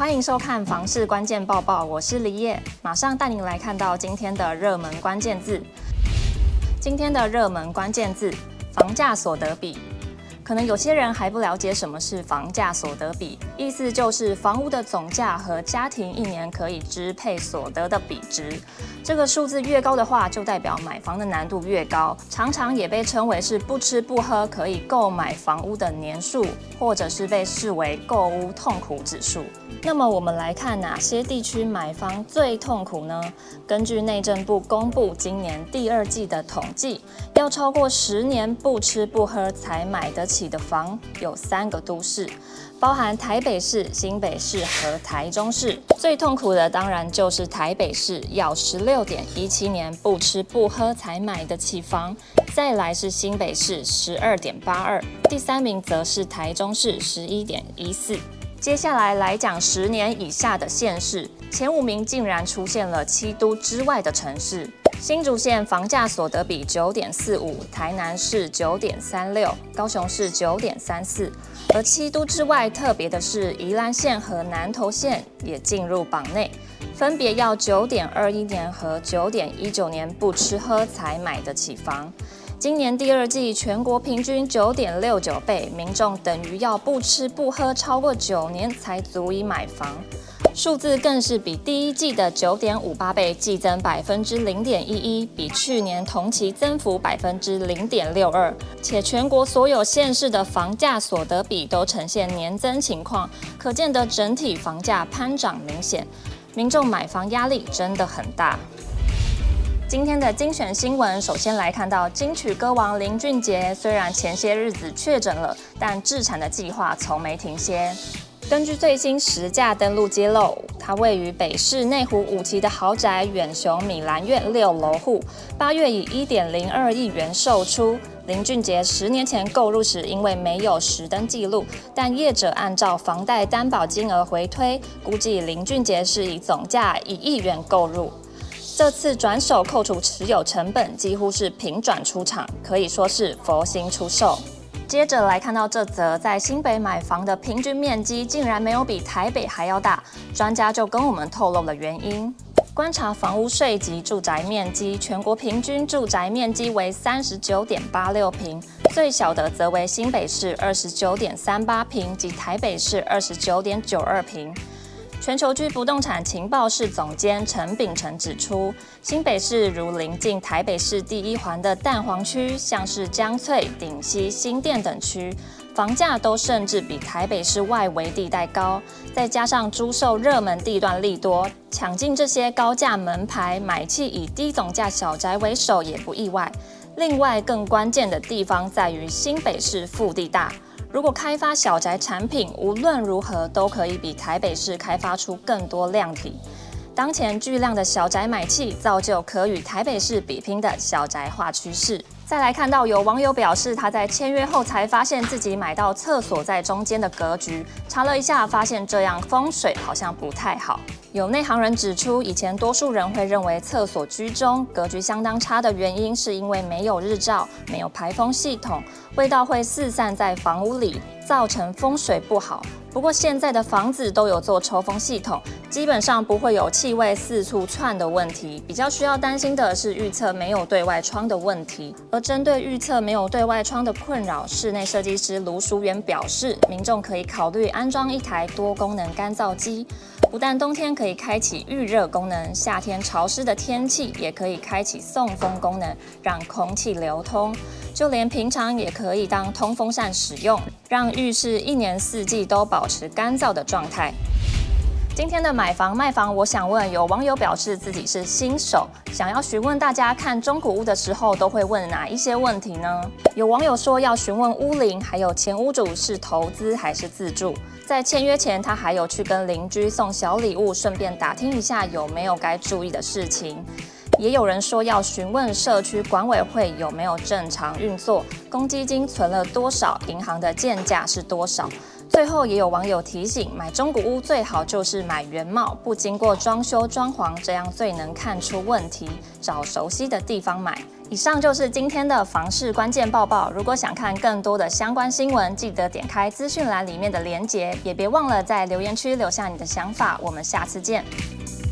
欢迎收看房市关键报报，我是李叶，马上带您来看到今天的热门关键字。今天的热门关键字：房价所得比。可能有些人还不了解什么是房价所得比，意思就是房屋的总价和家庭一年可以支配所得的比值。这个数字越高的话，就代表买房的难度越高，常常也被称为是不吃不喝可以购买房屋的年数，或者是被视为购屋痛苦指数。那么我们来看哪些地区买房最痛苦呢？根据内政部公布今年第2季的统计，要超过10年不吃不喝才买得起的房有3个都市，包含台北市、新北市和台中市。最痛苦的当然就是台北市，要16.17年不吃不喝才买得起房，再来是新北市12.82，第3名则是台中市11.14。接下来讲10年以下的县市，前5名竟然出现了7都之外的城市。新竹县房价所得比9.45，台南市9.36，高雄市9.34。而7都之外特别的是，宜兰县和南投县也进入榜内，分别要9.21年和9.19年不吃喝才买得起房。今年第2季全国平均9.69倍，民众等于要不吃不喝超过9年才足以买房。数字更是比第1季的9.58倍季增0.11%，比去年同期增幅0.62%，且全国所有县市的房价所得比都呈现年增情况，可见得整体房价攀涨明显，民众买房压力真的很大。今天的精选新闻，首先来看到金曲歌王林俊杰，虽然前些日子确诊了，但置产的计划从没停歇。根据最新实价登录揭露，他位于北市内湖5期的豪宅远雄米兰苑6楼户，8月以1.02亿元售出。林俊杰10年前购入时，因为没有实登记录，但业者按照房贷担保金额回推，估计林俊杰是以总价1亿元购入。这次转手扣除持有成本，几乎是平转出场，可以说是佛心出售。接着来看到这则在新北买房的平均面积竟然没有比台北还要大，专家就跟我们透露了原因。观察房屋税及住宅面积，全国平均住宅面积为39.86平，最小的则为新北市29.38平及台北市29.92平。全球居不动产情报室总监陈秉成指出，新北市如临近台北市第1环的蛋黄区，像是江翠、顶溪、新店等区，房价都甚至比台北市外围地带高。再加上租售热门地段利多，抢进这些高价门牌，买气以低总价小宅为首也不意外。另外，更关键的地方在于新北市腹地大。如果开发小宅产品，无论如何都可以比台北市开发出更多量体。当前巨量的小宅买气，造就可与台北市比拼的小宅化趋势。再来看到有网友表示，他在签约后才发现自己买到厕所在中间的格局，查了一下，发现这样风水好像不太好。有内行人指出，以前多数人会认为厕所居中、格局相当差的原因，是因为没有日照、没有排风系统，味道会四散在房屋里，造成风水不好。不过现在的房子都有做抽风系统，基本上不会有气味四处窜的问题。比较需要担心的是预测没有对外窗的问题。而针对预测没有对外窗的困扰，室内设计师卢淑媛表示，民众可以考虑安装一台多功能干燥机，不但冬天可以开启预热功能，夏天潮湿的天气也可以开启送风功能，让空气流通。就连平常也可以当通风扇使用，让浴室1年4季都保持干燥的状态。今天的买房卖房，我想问，有网友表示自己是新手，想要询问大家看中古屋的时候都会问哪一些问题呢？有网友说要询问屋龄，还有前屋主是投资还是自住。在签约前，他还有去跟邻居送小礼物，顺便打听一下有没有该注意的事情。也有人说要询问社区管委会有没有正常运作，公积金存了多少，银行的建价是多少。最后也有网友提醒，买中古屋最好就是买原貌，不经过装修装潢，这样最能看出问题，找熟悉的地方买。 以上就是今天的房市关键报报。如果想看更多的相关新闻，记得点开资讯栏里面的连结，也别忘了在留言区留下你的想法。我们下次见。